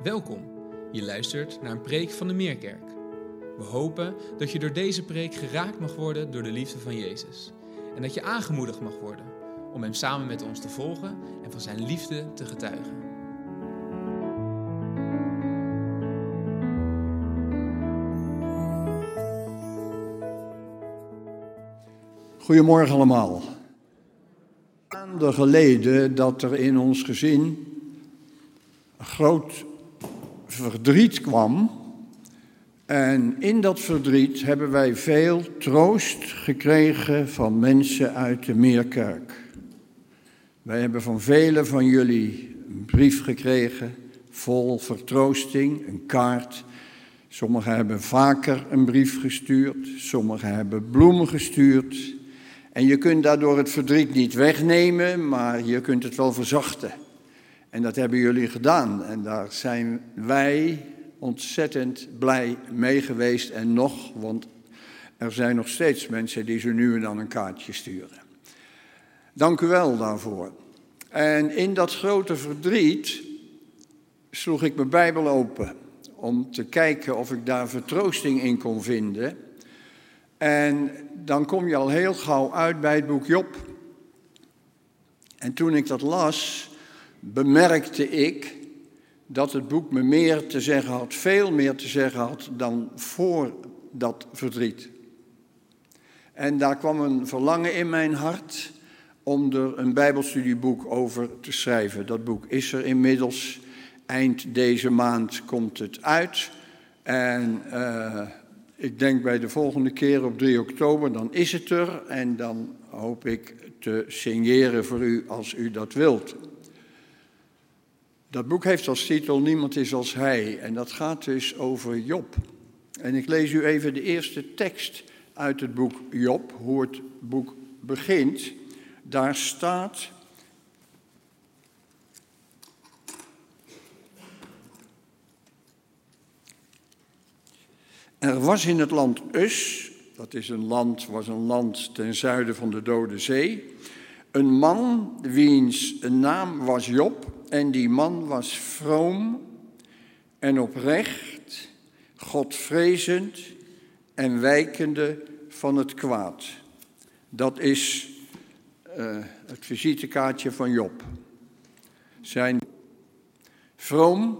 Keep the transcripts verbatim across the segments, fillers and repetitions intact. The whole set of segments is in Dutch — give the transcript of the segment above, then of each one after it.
Welkom, je luistert naar een preek van de Meerkerk. We hopen dat je door deze preek geraakt mag worden door de liefde van Jezus. En dat je aangemoedigd mag worden om Hem samen met ons te volgen en van Zijn liefde te getuigen. Goedemorgen allemaal. Maanden geleden dat er in ons gezin een groot verdriet kwam. En in dat verdriet hebben wij veel troost gekregen van mensen uit de Meerkerk. Wij hebben van velen van jullie een brief gekregen, vol vertroosting, een kaart. Sommigen hebben vaker een brief gestuurd, sommigen hebben bloemen gestuurd. En je kunt daardoor het verdriet niet wegnemen, maar je kunt het wel verzachten. En dat hebben jullie gedaan. En daar zijn wij ontzettend blij mee geweest. En nog, want er zijn nog steeds mensen die zo nu en dan een kaartje sturen. Dank u wel daarvoor. En in dat grote verdriet sloeg ik mijn Bijbel open om te kijken of ik daar vertroosting in kon vinden. En dan kom je al heel gauw uit bij het boek Job. En toen ik dat las, bemerkte ik dat het boek me meer te zeggen had, veel meer te zeggen had dan voor dat verdriet. En daar kwam een verlangen in mijn hart om er een Bijbelstudieboek over te schrijven. Dat boek is er inmiddels. Eind deze maand komt het uit. En uh, ik denk bij de volgende keer op drie oktober, dan is het er. En dan hoop ik te signeren voor u als u dat wilt. Dat boek heeft als titel Niemand is als hij. En dat gaat dus over Job. En ik lees u even de eerste tekst uit het boek Job, hoe het boek begint. Daar staat: er was in het land Us, dat is een land, was een land ten zuiden van de Dode Zee, een man wiens naam was Job. En die man was vroom en oprecht, godvrezend en wijkende van het kwaad. Dat is uh, het visitekaartje van Job. Zijn vroom,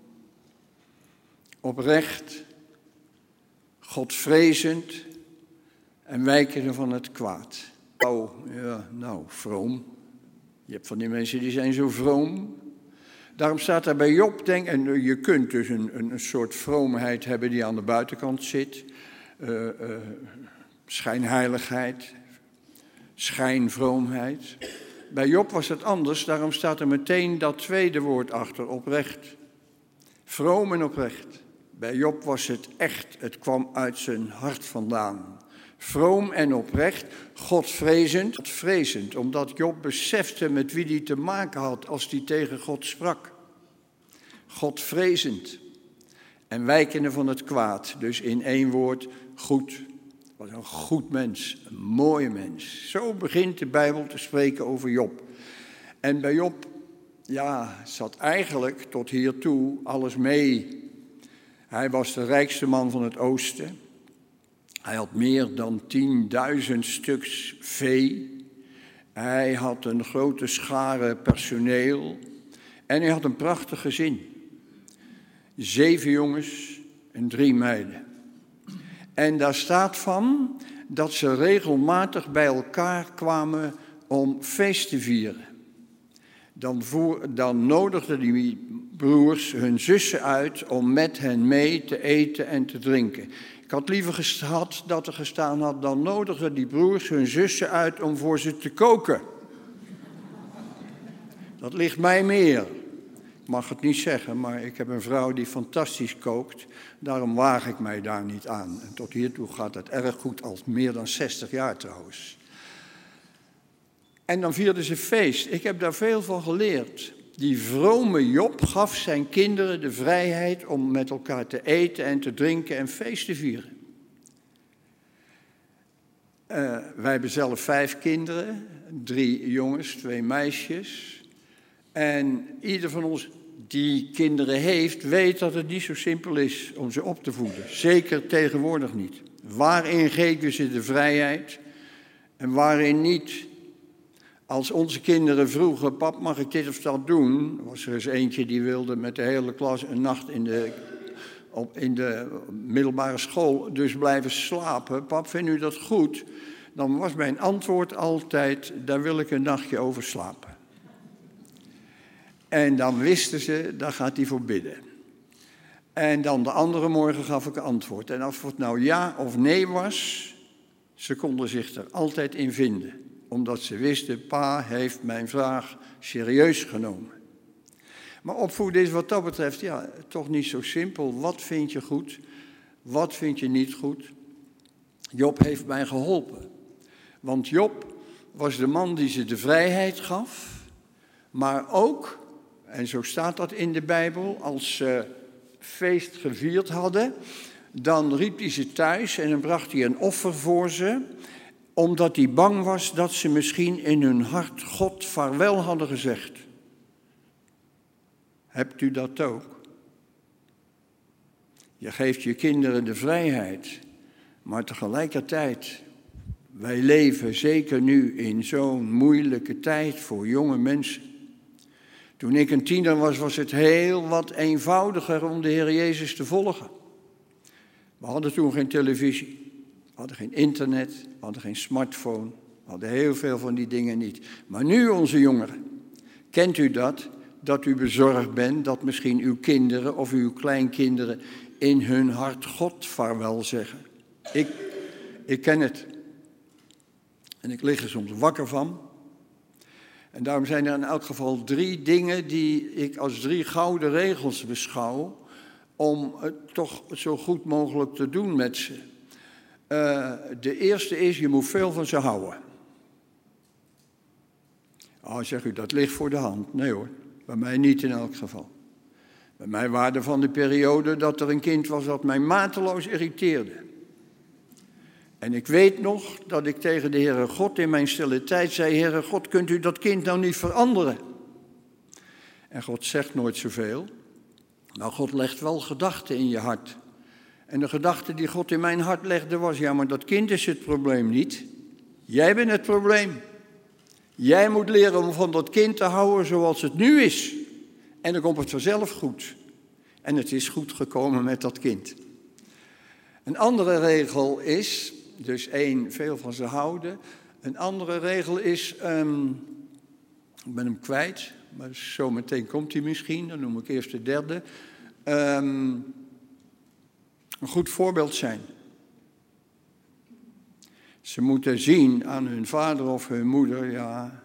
oprecht, godvrezend en wijkende van het kwaad. Oh, ja, nou, vroom. Je hebt van die mensen die zijn zo vroom. Daarom staat daar bij Job, denk, en je kunt dus een, een, een soort vroomheid hebben die aan de buitenkant zit. Uh, uh, schijnheiligheid, schijnvroomheid. Bij Job was het anders, daarom staat er meteen dat tweede woord achter, oprecht. Vroom en oprecht. Bij Job was het echt, het kwam uit zijn hart vandaan. Vroom en oprecht, godvrezend. Godvrezend, omdat Job besefte met wie hij te maken had als hij tegen God sprak. Godvrezend en wijkende van het kwaad. Dus in één woord, goed. Was een goed mens, een mooie mens. Zo begint de Bijbel te spreken over Job. En bij Job, ja, zat eigenlijk tot hiertoe alles mee. Hij was de rijkste man van het oosten. Hij had meer dan tienduizend stuks vee. Hij had een grote schare personeel. En hij had een prachtig gezin. Zeven jongens en drie meiden. En daar staat van dat ze regelmatig bij elkaar kwamen om feest te vieren. Dan, voer, dan nodigden die broers hun zussen uit om met hen mee te eten en te drinken. Ik had liever gehad dat er gestaan had, dan nodigden die broers hun zussen uit om voor ze te koken. Dat ligt mij meer. Ik mag het niet zeggen, maar ik heb een vrouw die fantastisch kookt. Daarom waag ik mij daar niet aan. En tot hiertoe gaat het erg goed, al meer dan zestig jaar trouwens. En dan vierden ze feest. Ik heb daar veel van geleerd. Die vrome Job gaf zijn kinderen de vrijheid om met elkaar te eten en te drinken en feest te vieren. Uh, wij hebben zelf vijf kinderen, drie jongens, twee meisjes. En ieder van ons die kinderen heeft, weet dat het niet zo simpel is om ze op te voeden. Zeker tegenwoordig niet. Waarin geven ze de vrijheid en waarin niet? Als onze kinderen vroegen, pap, mag ik dit of dat doen? Was er eens eentje die wilde met de hele klas een nacht in de, op, in de middelbare school dus blijven slapen. Pap, vindt u dat goed? Dan was mijn antwoord altijd, daar wil ik een nachtje over slapen. En dan wisten ze, daar gaat hij voor bidden. En dan de andere morgen gaf ik een antwoord. En of het nou ja of nee was, ze konden zich er altijd in vinden. Omdat ze wisten, pa heeft mijn vraag serieus genomen. Maar opvoeden is wat dat betreft ja, toch niet zo simpel. Wat vind je goed? Wat vind je niet goed? Job heeft mij geholpen. Want Job was de man die ze de vrijheid gaf. Maar ook, en zo staat dat in de Bijbel, als ze feest gevierd hadden, dan riep hij ze thuis en dan bracht hij een offer voor ze, omdat hij bang was dat ze misschien in hun hart God vaarwel hadden gezegd. Hebt u dat ook? Je geeft je kinderen de vrijheid, maar tegelijkertijd, wij leven zeker nu in zo'n moeilijke tijd voor jonge mensen. Toen ik een tiener was, was het heel wat eenvoudiger om de Heer Jezus te volgen. We hadden toen geen televisie, we hadden geen internet, we hadden geen smartphone, we hadden heel veel van die dingen niet. Maar nu onze jongeren, kent u dat? Dat u bezorgd bent dat misschien uw kinderen of uw kleinkinderen in hun hart God vaarwel zeggen. Ik, ik ken het. En ik lig er soms wakker van. En daarom zijn er in elk geval drie dingen die ik als drie gouden regels beschouw om het toch zo goed mogelijk te doen met ze. Uh, de eerste is, je moet veel van ze houden. Oh, zegt u, dat ligt voor de hand. Nee hoor, bij mij niet in elk geval. Bij mij waren er van de periode dat er een kind was dat mij mateloos irriteerde. En ik weet nog dat ik tegen de Heere God in mijn stille tijd zei, Heere God, kunt u dat kind nou niet veranderen? En God zegt nooit zoveel, maar God legt wel gedachten in je hart. En de gedachte die God in mijn hart legde was, ja, maar dat kind is het probleem niet. Jij bent het probleem. Jij moet leren om van dat kind te houden zoals het nu is. En dan komt het vanzelf goed. En het is goed gekomen met dat kind. Een andere regel is, dus één, veel van ze houden. Een andere regel is, um, ik ben hem kwijt, maar zometeen komt hij misschien, dan noem ik eerst de derde. Um, een goed voorbeeld zijn. Ze moeten zien aan hun vader of hun moeder, ja,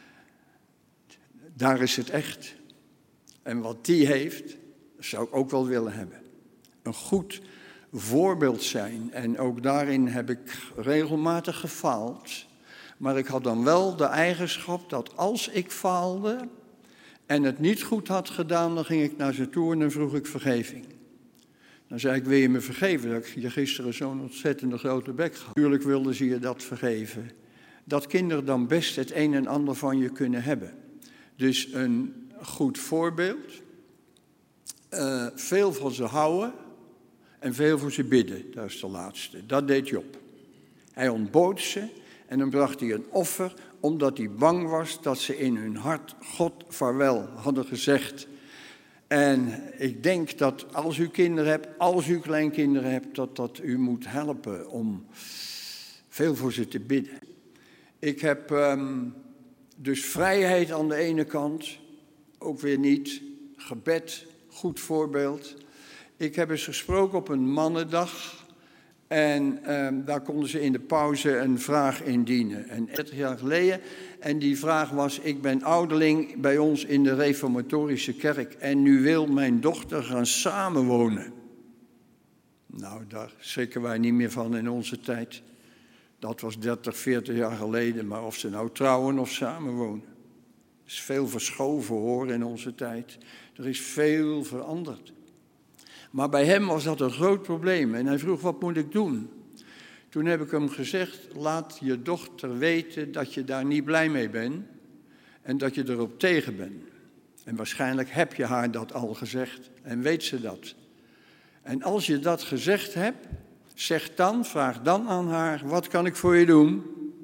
daar is het echt. En wat die heeft, zou ik ook wel willen hebben. Een goed voorbeeld zijn. En ook daarin heb ik regelmatig gefaald. Maar ik had dan wel de eigenschap dat als ik faalde en het niet goed had gedaan, dan ging ik naar ze toe en dan vroeg ik vergeving. Dan zei ik, wil je me vergeven dat ik je gisteren zo'n ontzettende grote bek gehad? Natuurlijk wilden ze je dat vergeven. Dat kinderen dan best het een en ander van je kunnen hebben. Dus een goed voorbeeld. Uh, veel van ze houden. En veel voor ze bidden, dat is de laatste. Dat deed Job. Hij ontbood ze en dan bracht hij een offer, omdat hij bang was dat ze in hun hart God vaarwel hadden gezegd. En ik denk dat als u kinderen hebt, als u kleinkinderen hebt, dat dat u moet helpen om veel voor ze te bidden. Ik heb um, dus vrijheid aan de ene kant, ook weer niet, gebed, goed voorbeeld. Ik heb eens gesproken op een mannendag en eh, daar konden ze in de pauze een vraag indienen. En dertig jaar geleden, en die vraag was, ik ben ouderling bij ons in de reformatorische kerk en nu wil mijn dochter gaan samenwonen. Nou, daar schrikken wij niet meer van in onze tijd. Dat was dertig, veertig jaar geleden, maar of ze nou trouwen of samenwonen. Er is veel verschoven hoor in onze tijd. Er is veel veranderd. Maar bij hem was dat een groot probleem en hij vroeg, wat moet ik doen? Toen heb ik hem gezegd, laat je dochter weten dat je daar niet blij mee bent en dat je erop tegen bent. En waarschijnlijk heb je haar dat al gezegd en weet ze dat. En als je dat gezegd hebt, zeg dan, vraag dan aan haar, wat kan ik voor je doen?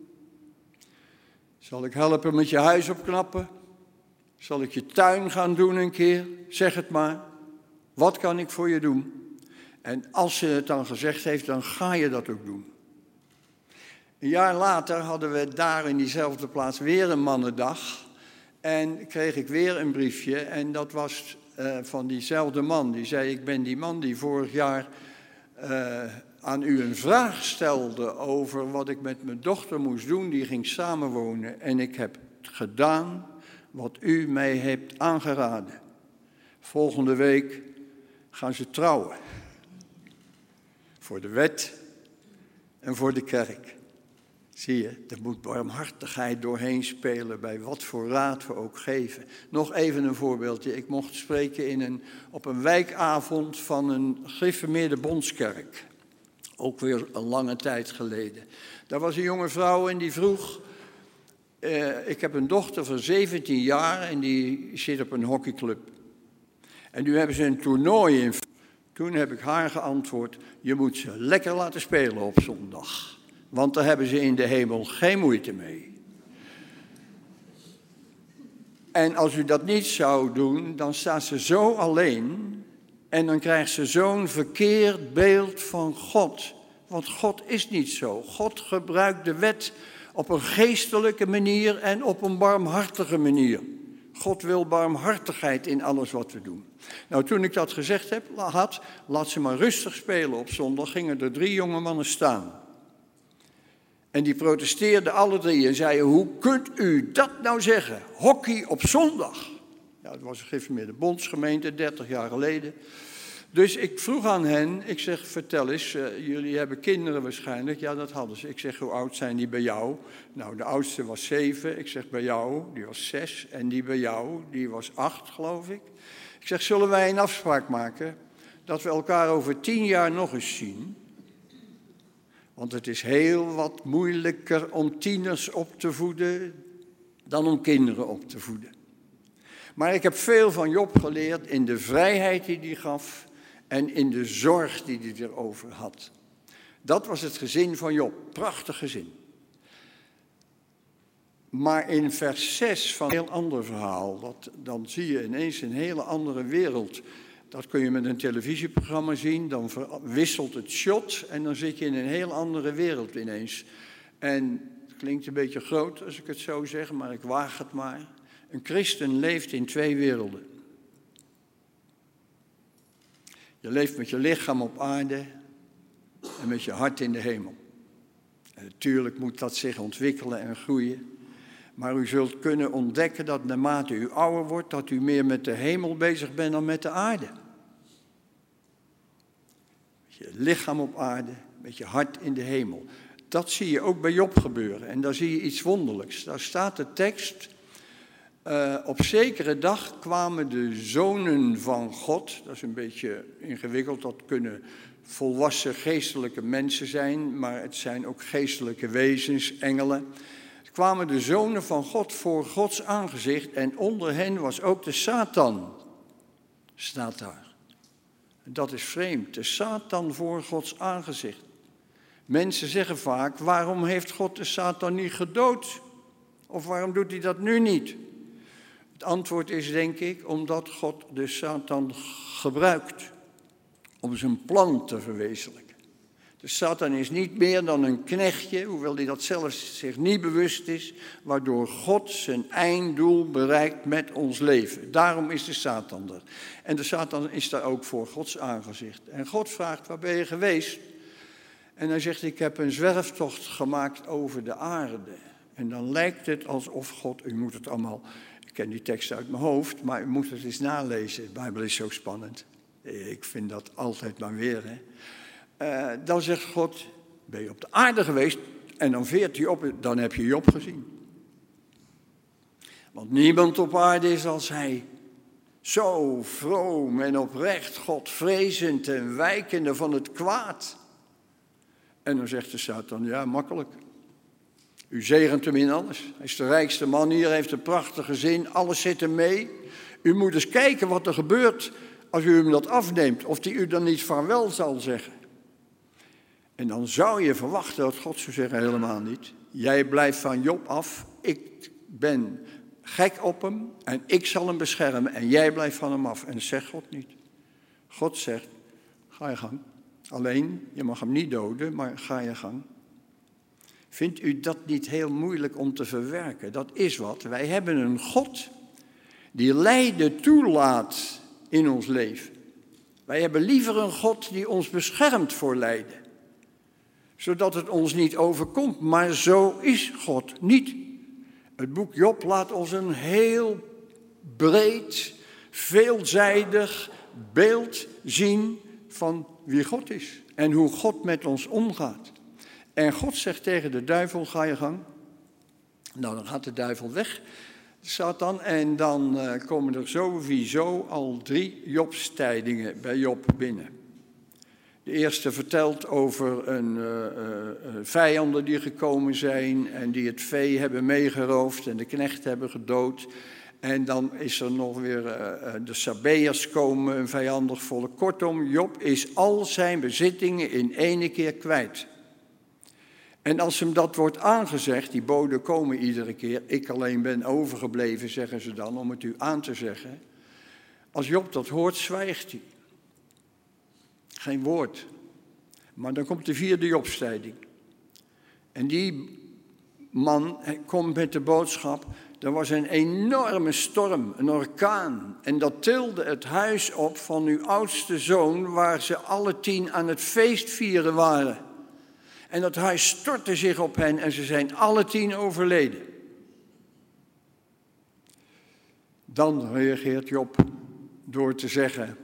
Zal ik helpen met je huis opknappen? Zal ik je tuin gaan doen een keer? Zeg het maar. Wat kan ik voor je doen? En als ze het dan gezegd heeft, dan ga je dat ook doen. Een jaar later hadden we daar in diezelfde plaats weer een mannendag. En kreeg ik weer een briefje. En dat was uh, van diezelfde man. Die zei, ik ben die man die vorig jaar uh, aan u een vraag stelde over wat ik met mijn dochter moest doen. Die ging samenwonen. En ik heb gedaan wat u mij hebt aangeraden. Volgende week gaan ze trouwen. Voor de wet en voor de kerk. Zie je, er moet barmhartigheid doorheen spelen bij wat voor raad we ook geven. Nog even een voorbeeldje. Ik mocht spreken in een, op een wijkavond van een gereformeerde bondskerk. Ook weer een lange tijd geleden. Daar was een jonge vrouw en die vroeg... Uh, ik heb een dochter van zeventien jaar en die zit op een hockeyclub. En nu hebben ze een toernooi in... Toen heb ik haar geantwoord, je moet ze lekker laten spelen op zondag. Want daar hebben ze in de hemel geen moeite mee. En als u dat niet zou doen, dan staat ze zo alleen. En dan krijgt ze zo'n verkeerd beeld van God. Want God is niet zo. God gebruikt de wet op een geestelijke manier en op een barmhartige manier. God wil barmhartigheid in alles wat we doen. Nou, toen ik dat gezegd heb, had, laat ze maar rustig spelen op zondag, gingen er drie jonge mannen staan. En die protesteerden alle drie en zeiden, hoe kunt u dat nou zeggen? Hockey op zondag. Ja, het was een gereformeerde bondsgemeente, dertig jaar geleden. Dus ik vroeg aan hen, ik zeg, vertel eens, uh, jullie hebben kinderen waarschijnlijk. Ja, dat hadden ze. Ik zeg, hoe oud zijn die bij jou? Nou, de oudste was zeven. Ik zeg, bij jou, die was zes. En die bij jou, die was acht, geloof ik. Ik zeg, zullen wij een afspraak maken dat we elkaar over tien jaar nog eens zien? Want het is heel wat moeilijker om tieners op te voeden dan om kinderen op te voeden. Maar ik heb veel van Job geleerd in de vrijheid die hij gaf en in de zorg die hij erover had. Dat was het gezin van Job, prachtig gezin. Maar in vers zes van een heel ander verhaal, dat, dan zie je ineens een hele andere wereld. Dat kun je met een televisieprogramma zien, dan wisselt het shot en dan zit je in een heel andere wereld ineens. En het klinkt een beetje groot als ik het zo zeg, maar ik waag het maar. Een christen leeft in twee werelden. Je leeft met je lichaam op aarde en met je hart in de hemel. En natuurlijk moet dat zich ontwikkelen en groeien. Maar u zult kunnen ontdekken dat naarmate u ouder wordt, dat u meer met de hemel bezig bent dan met de aarde. Met je lichaam op aarde, met je hart in de hemel. Dat zie je ook bij Job gebeuren. En daar zie je iets wonderlijks. Daar staat de tekst... Uh, op zekere dag kwamen de zonen van God, dat is een beetje ingewikkeld, dat kunnen volwassen geestelijke mensen zijn, maar het zijn ook geestelijke wezens, engelen. Kwamen de zonen van God voor Gods aangezicht en onder hen was ook de Satan, staat daar. Dat is vreemd, de Satan voor Gods aangezicht. Mensen zeggen vaak, waarom heeft God de Satan niet gedood? Of waarom doet hij dat nu niet? Het antwoord is, denk ik, omdat God de Satan gebruikt om zijn plan te verwezenlijken. De Satan is niet meer dan een knechtje, hoewel hij dat zelf zich niet bewust is, waardoor God zijn einddoel bereikt met ons leven. Daarom is de Satan er. En de Satan is daar ook voor Gods aangezicht. En God vraagt, waar ben je geweest? En hij zegt, ik heb een zwerftocht gemaakt over de aarde. En dan lijkt het alsof God, u moet het allemaal... Ik ken die tekst uit mijn hoofd, maar u moet het eens nalezen. De Bijbel is zo spannend. Ik vind dat altijd maar weer. Hè. Uh, dan zegt God, ben je op de aarde geweest en dan veert hij op, dan heb je Job gezien. Want niemand op aarde is als hij. Zo vroom en oprecht, Godvrezend en wijkende van het kwaad. En dan zegt de Satan, ja, makkelijk. U zegent hem in alles. Hij is de rijkste man hier, heeft een prachtig gezin, alles zit hem mee. U moet eens kijken wat er gebeurt als u hem dat afneemt, of die u dan niet vaarwel zal zeggen. En dan zou je verwachten dat God zou zeggen, helemaal niet. Jij blijft van Job af, ik ben gek op hem en ik zal hem beschermen en jij blijft van hem af. En dat zegt God niet. God zegt, ga je gang. Alleen, je mag hem niet doden, maar ga je gang. Vindt u dat niet heel moeilijk om te verwerken? Dat is wat. Wij hebben een God die lijden toelaat in ons leven. Wij hebben liever een God die ons beschermt voor lijden. Zodat het ons niet overkomt. Maar zo is God niet. Het boek Job laat ons een heel breed, veelzijdig beeld zien van wie God is. En hoe God met ons omgaat. En God zegt tegen de duivel, ga je gang. Nou, dan gaat de duivel weg, Satan. En dan uh, komen er sowieso al drie Jobstijdingen bij Job binnen. De eerste vertelt over een uh, uh, vijanden die gekomen zijn en die het vee hebben meegeroofd en de knecht hebben gedood. En dan is er nog weer uh, de Sabeërs komen, een vijandig volk. Kortom, Job is al zijn bezittingen in ene keer kwijt. En als hem dat wordt aangezegd, die boden komen iedere keer, ik alleen ben overgebleven, zeggen ze dan, om het u aan te zeggen. Als Job dat hoort, zwijgt hij. Geen woord. Maar dan komt de vierde Jobstijding. En die man komt met de boodschap, er was een enorme storm, een orkaan. En dat tilde het huis op van uw oudste zoon, waar ze alle tien aan het feest vieren waren. En dat huis stortte zich op hen en ze zijn alle tien overleden. Dan reageert Job door te zeggen,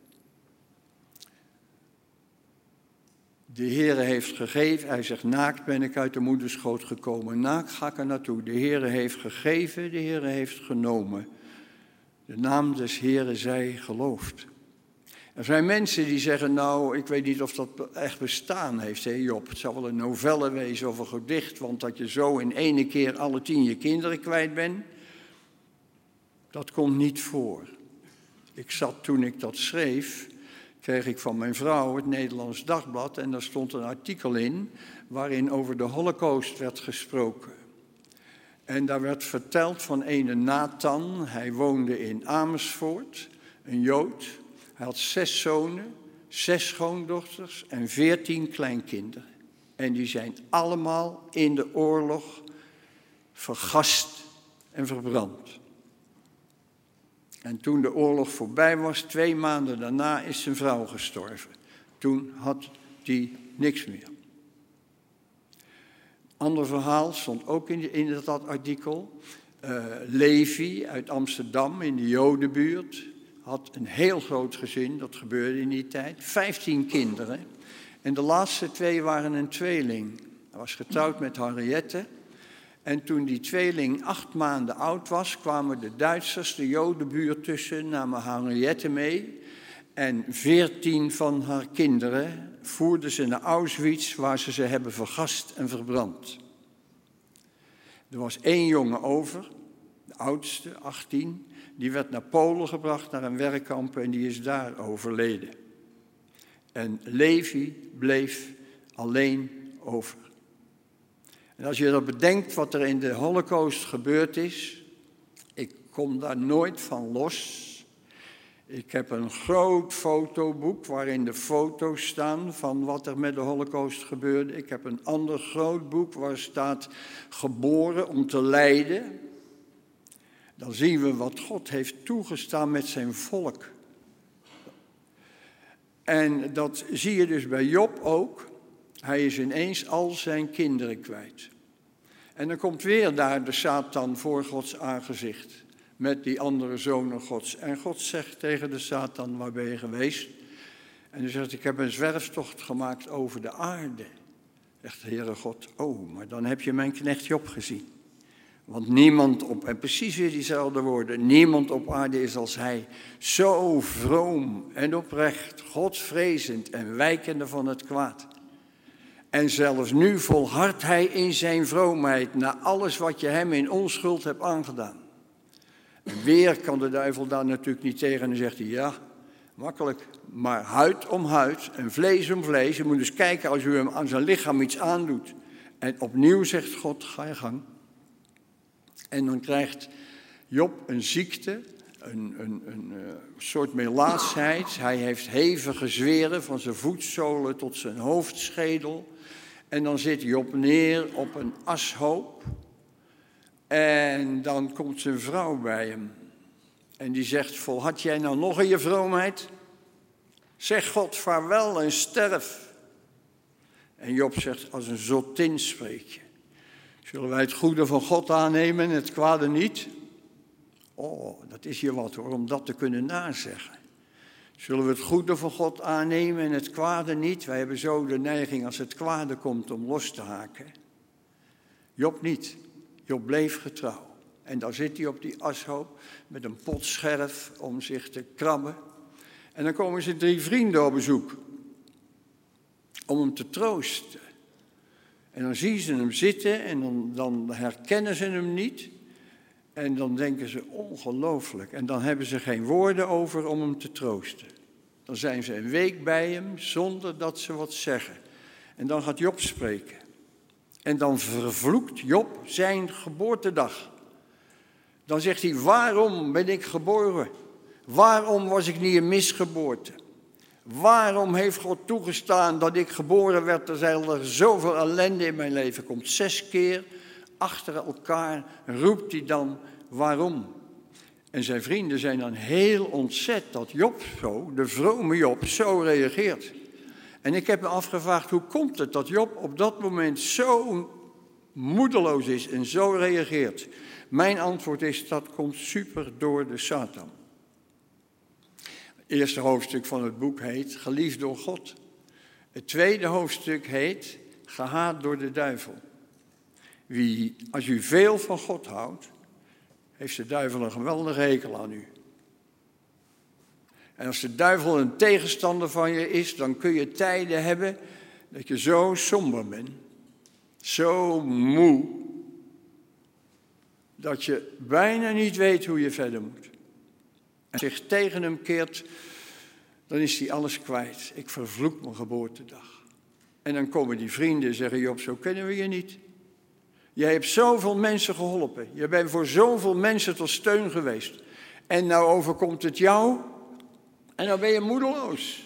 de Heere heeft gegeven, hij zegt, naakt ben ik uit de moederschoot gekomen, naakt ga ik er naartoe. De Heere heeft gegeven, de Heere heeft genomen. De naam des Heere zij geloofd. Er zijn mensen die zeggen, nou, ik weet niet of dat echt bestaan heeft, hè Job. Het zal wel een novelle wezen of een gedicht, want dat je zo in ene keer alle tien je kinderen kwijt bent, dat komt niet voor. Ik zat toen ik dat schreef, kreeg ik van mijn vrouw het Nederlands Dagblad en daar stond een artikel in waarin over de Holocaust werd gesproken. En daar werd verteld van ene Nathan, hij woonde in Amersfoort, een Jood. Hij had zes zonen, zes schoondochters en veertien kleinkinderen. En die zijn allemaal in de oorlog vergast en verbrand. En toen de oorlog voorbij was, twee maanden daarna is zijn vrouw gestorven. Toen had hij niks meer. Ander verhaal stond ook in, de, in dat artikel. Uh, Levi uit Amsterdam in de Jodenbuurt had een heel groot gezin, dat gebeurde in die tijd. Vijftien kinderen. En de laatste twee waren een tweeling. Hij was getrouwd met Henriette. En toen die tweeling acht maanden oud was, kwamen de Duitsers de Jodenbuurt tussen, namen Henriette mee. En veertien van haar kinderen voerden ze naar Auschwitz, waar ze ze hebben vergast en verbrand. Er was één jongen over, de oudste, achttien, die werd naar Polen gebracht, naar een werkkamp, en die is daar overleden. En Levi bleef alleen over. En als je dat bedenkt wat er in de Holocaust gebeurd is, ik kom daar nooit van los. Ik heb een groot fotoboek waarin de foto's staan van wat er met de Holocaust gebeurde. Ik heb een ander groot boek waar staat geboren om te lijden. Dan zien we wat God heeft toegestaan met zijn volk. En dat zie je dus bij Job ook. Hij is ineens al zijn kinderen kwijt. En dan komt weer daar de Satan voor Gods aangezicht. Met die andere zonen Gods. En God zegt tegen de Satan, waar ben je geweest? En hij zegt, ik heb een zwerftocht gemaakt over de aarde. Zegt de Heere God, oh, maar dan heb je mijn knecht Job gezien. Want niemand op, en precies weer diezelfde woorden, niemand op aarde is als hij. Zo vroom en oprecht, godsvrezend en wijkende van het kwaad. En zelfs nu volhardt hij in zijn vroomheid na alles wat je hem in onschuld hebt aangedaan. En weer kan de duivel daar natuurlijk niet tegen en dan zegt hij, ja, makkelijk, maar huid om huid en vlees om vlees. Je moet dus kijken als u hem aan zijn lichaam iets aandoet. En opnieuw zegt God, ga je gang. En dan krijgt Job een ziekte, een, een, een, een soort melaatsheid. Hij heeft hevige zweren van zijn voetzolen tot zijn hoofdschedel. En dan zit Job neer op een ashoop. En dan komt zijn vrouw bij hem. En die zegt, volhard jij nou nog in je vroomheid? Zeg God vaarwel en sterf. En Job zegt, als een zottin spreek je. Zullen wij het goede van God aannemen en het kwade niet? Oh, dat is hier wat hoor, om dat te kunnen nazeggen. Zullen we het goede van God aannemen en het kwade niet? Wij hebben zo de neiging als het kwade komt om los te haken. Job niet. Job bleef getrouw. En dan zit hij op die ashoop met een pot scherf om zich te krabben. En dan komen zijn drie vrienden op bezoek. Om hem te troosten. En dan zien ze hem zitten en dan, dan herkennen ze hem niet. En dan denken ze ongelooflijk. En dan hebben ze geen woorden over om hem te troosten. Dan zijn ze een week bij hem zonder dat ze wat zeggen. En dan gaat Job spreken. En dan vervloekt Job zijn geboortedag. Dan zegt hij, waarom ben ik geboren? Waarom was ik niet een misgeboorte? Waarom heeft God toegestaan dat ik geboren werd terwijl er zoveel ellende in mijn leven komt? Zes keer achter elkaar roept hij dan, waarom? En zijn vrienden zijn dan heel ontzet dat Job zo, de vrome Job, zo reageert. En ik heb me afgevraagd, hoe komt het dat Job op dat moment zo moedeloos is en zo reageert? Mijn antwoord is, dat komt super door de Satan. Het eerste hoofdstuk van het boek heet, geliefd door God. Het tweede hoofdstuk heet, gehaat door de duivel. Wie, als u veel van God houdt, heeft de duivel een geweldige hekel aan u. En als de duivel een tegenstander van je is, dan kun je tijden hebben dat je zo somber bent, zo moe, dat je bijna niet weet hoe je verder moet. En zich tegen hem keert, dan is hij alles kwijt. Ik vervloek mijn geboortedag. En dan komen die vrienden en zeggen, Job, zo kennen we je niet. Jij hebt zoveel mensen geholpen. Je bent voor zoveel mensen tot steun geweest. En nou overkomt het jou en dan ben je moedeloos.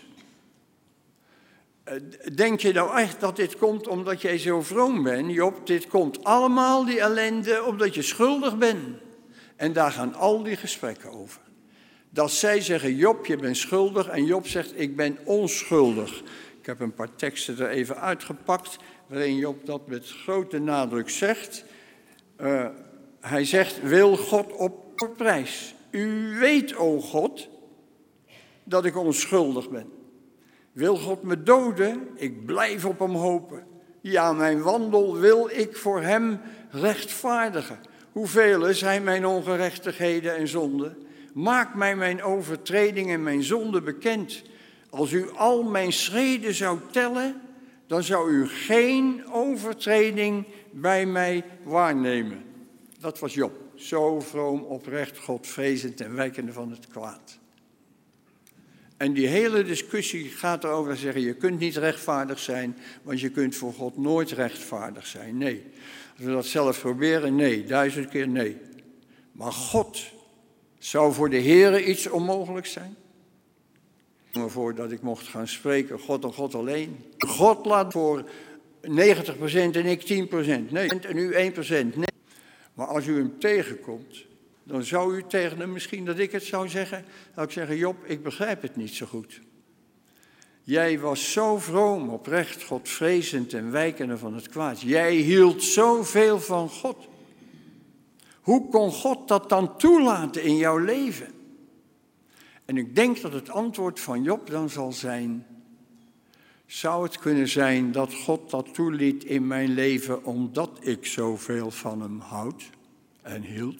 Denk je nou echt dat dit komt omdat jij zo vroom bent? Job, dit komt allemaal, die ellende, omdat je schuldig bent. En daar gaan al die gesprekken over. Dat zij zeggen, Job, je bent schuldig. En Job zegt, ik ben onschuldig. Ik heb een paar teksten er even uitgepakt, waarin Job dat met grote nadruk zegt. Uh, hij zegt, wil God op prijs. U weet, o God, dat ik onschuldig ben. Wil God me doden? Ik blijf op hem hopen. Ja, mijn wandel wil ik voor hem rechtvaardigen. Hoeveel zijn mijn ongerechtigheden en zonden? Maak mij mijn overtreding en mijn zonde bekend. Als u al mijn schreden zou tellen, dan zou u geen overtreding bij mij waarnemen. Dat was Job. Zo vroom, oprecht, Godvrezend en wijkende van het kwaad. En die hele discussie gaat erover zeggen, je kunt niet rechtvaardig zijn, want je kunt voor God nooit rechtvaardig zijn. Nee. Als we dat zelf proberen, nee. Duizend keer nee. Maar God, zou voor de Heere iets onmogelijk zijn? Ik stel me voor dat ik mocht gaan spreken, God en God alleen. God laat voor negentig procent en ik tien procent. Nee, en u één procent. Nee. Maar als u hem tegenkomt, dan zou u tegen hem misschien dat ik het zou zeggen. Zou ik zeggen, Job, ik begrijp het niet zo goed. Jij was zo vroom, oprecht, Godvrezend en wijkende van het kwaad. Jij hield zoveel van God. Hoe kon God dat dan toelaten in jouw leven? En ik denk dat het antwoord van Job dan zal zijn, zou het kunnen zijn dat God dat toeliet in mijn leven omdat ik zoveel van hem houd en hield?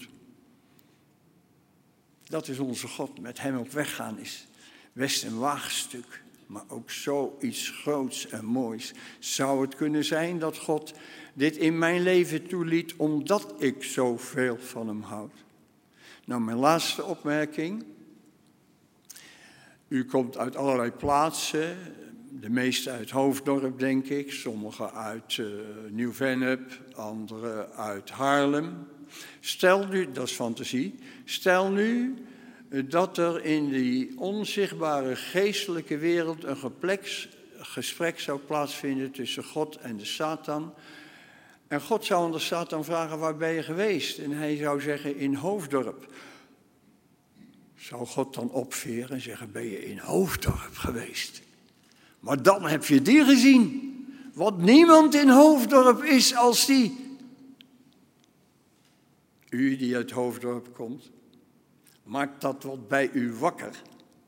Dat is onze God, met hem op weg gaan is best een waagstuk, maar ook zoiets groots en moois. Zou het kunnen zijn dat God dit in mijn leven toeliet omdat ik zoveel van hem houd? Nou, mijn laatste opmerking. U komt uit allerlei plaatsen, de meeste uit Hoofddorp, denk ik, sommigen uit uh, Nieuw-Vennep, anderen uit Haarlem. Stel nu, dat is fantasie, stel nu dat er in die onzichtbare geestelijke wereld een geplex, gesprek zou plaatsvinden tussen God en de Satan. En God zou aan de Satan vragen, waar ben je geweest? En hij zou zeggen, in Hoofddorp. Zou God dan opveren en zeggen, ben je in Hoofddorp geweest? Maar dan heb je die gezien. Want niemand in Hoofddorp is als die. U die uit Hoofddorp komt, maakt dat wat bij u wakker.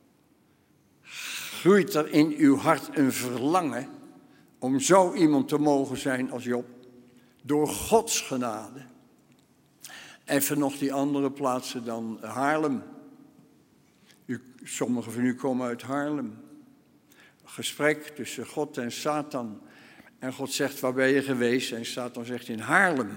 Groeit er in uw hart een verlangen om zo iemand te mogen zijn als Job. Door Gods genade. Even nog die andere plaatsen dan Haarlem. U, sommigen van u komen uit Haarlem. Een gesprek tussen God en Satan. En God zegt, waar ben je geweest? En Satan zegt, in Haarlem.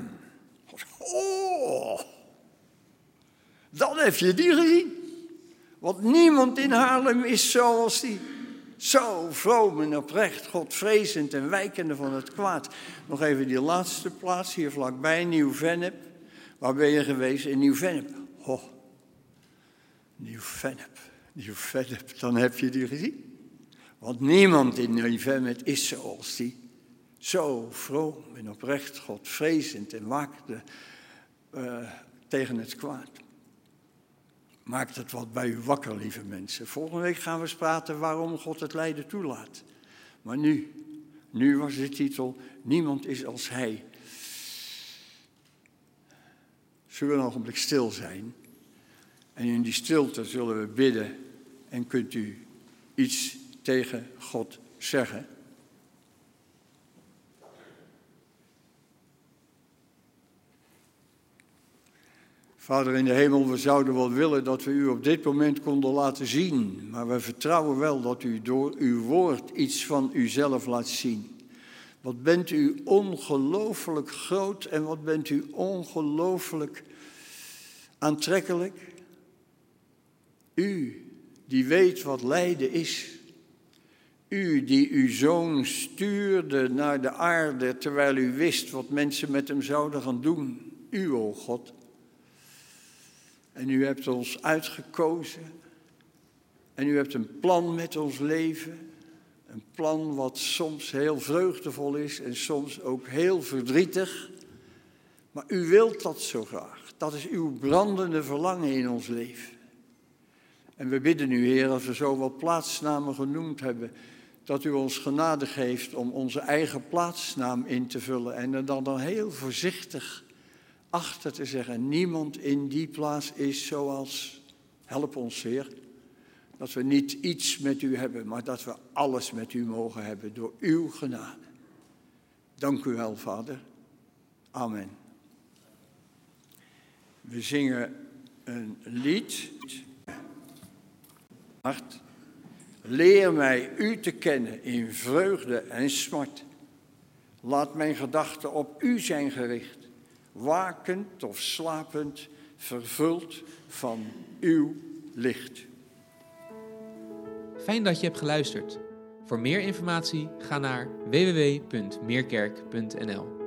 Oh, dan heb je die gezien. Want niemand in Haarlem is zoals die. Zo vroom en oprecht, Godvrezend en wijkende van het kwaad. Nog even die laatste plaats hier vlakbij, Nieuw-Vennep. Waar ben je geweest? In Nieuw-Vennep. Oh, Nieuw-Vennep, Nieuw-Vennep, dan heb je die gezien. Want niemand in Nieuw-Vennep is zoals die. Zo vroom en oprecht, Godvrezend en waakte uh, tegen het kwaad. Maakt het wat bij u wakker, lieve mensen. Volgende week gaan we eens praten waarom God het lijden toelaat. Maar nu, nu was de titel, niemand is als hij. Zullen we een ogenblik stil zijn? En in die stilte zullen we bidden en kunt u iets tegen God zeggen. Vader in de hemel, we zouden wel willen dat we u op dit moment konden laten zien. Maar we vertrouwen wel dat u door uw woord iets van uzelf laat zien. Wat bent u ongelooflijk groot en wat bent u ongelooflijk aantrekkelijk. U die weet wat lijden is. U die uw zoon stuurde naar de aarde terwijl u wist wat mensen met hem zouden gaan doen. U, o God. En u hebt ons uitgekozen. En u hebt een plan met ons leven. Een plan wat soms heel vreugdevol is en soms ook heel verdrietig. Maar u wilt dat zo graag. Dat is uw brandende verlangen in ons leven. En we bidden u, Heer, als we zo wat plaatsnamen genoemd hebben, dat u ons genade geeft om onze eigen plaatsnaam in te vullen. En er dan, dan heel voorzichtig achter te zeggen, niemand in die plaats is zoals, help ons, Heer, dat we niet iets met u hebben, maar dat we alles met u mogen hebben door uw genade. Dank u wel, Vader. Amen. We zingen een lied. Hart. Leer mij u te kennen in vreugde en smart. Laat mijn gedachten op u zijn gericht. Wakend of slapend, vervuld van uw licht. Fijn dat je hebt geluisterd. Voor meer informatie ga naar w w w punt meerkerk punt n l.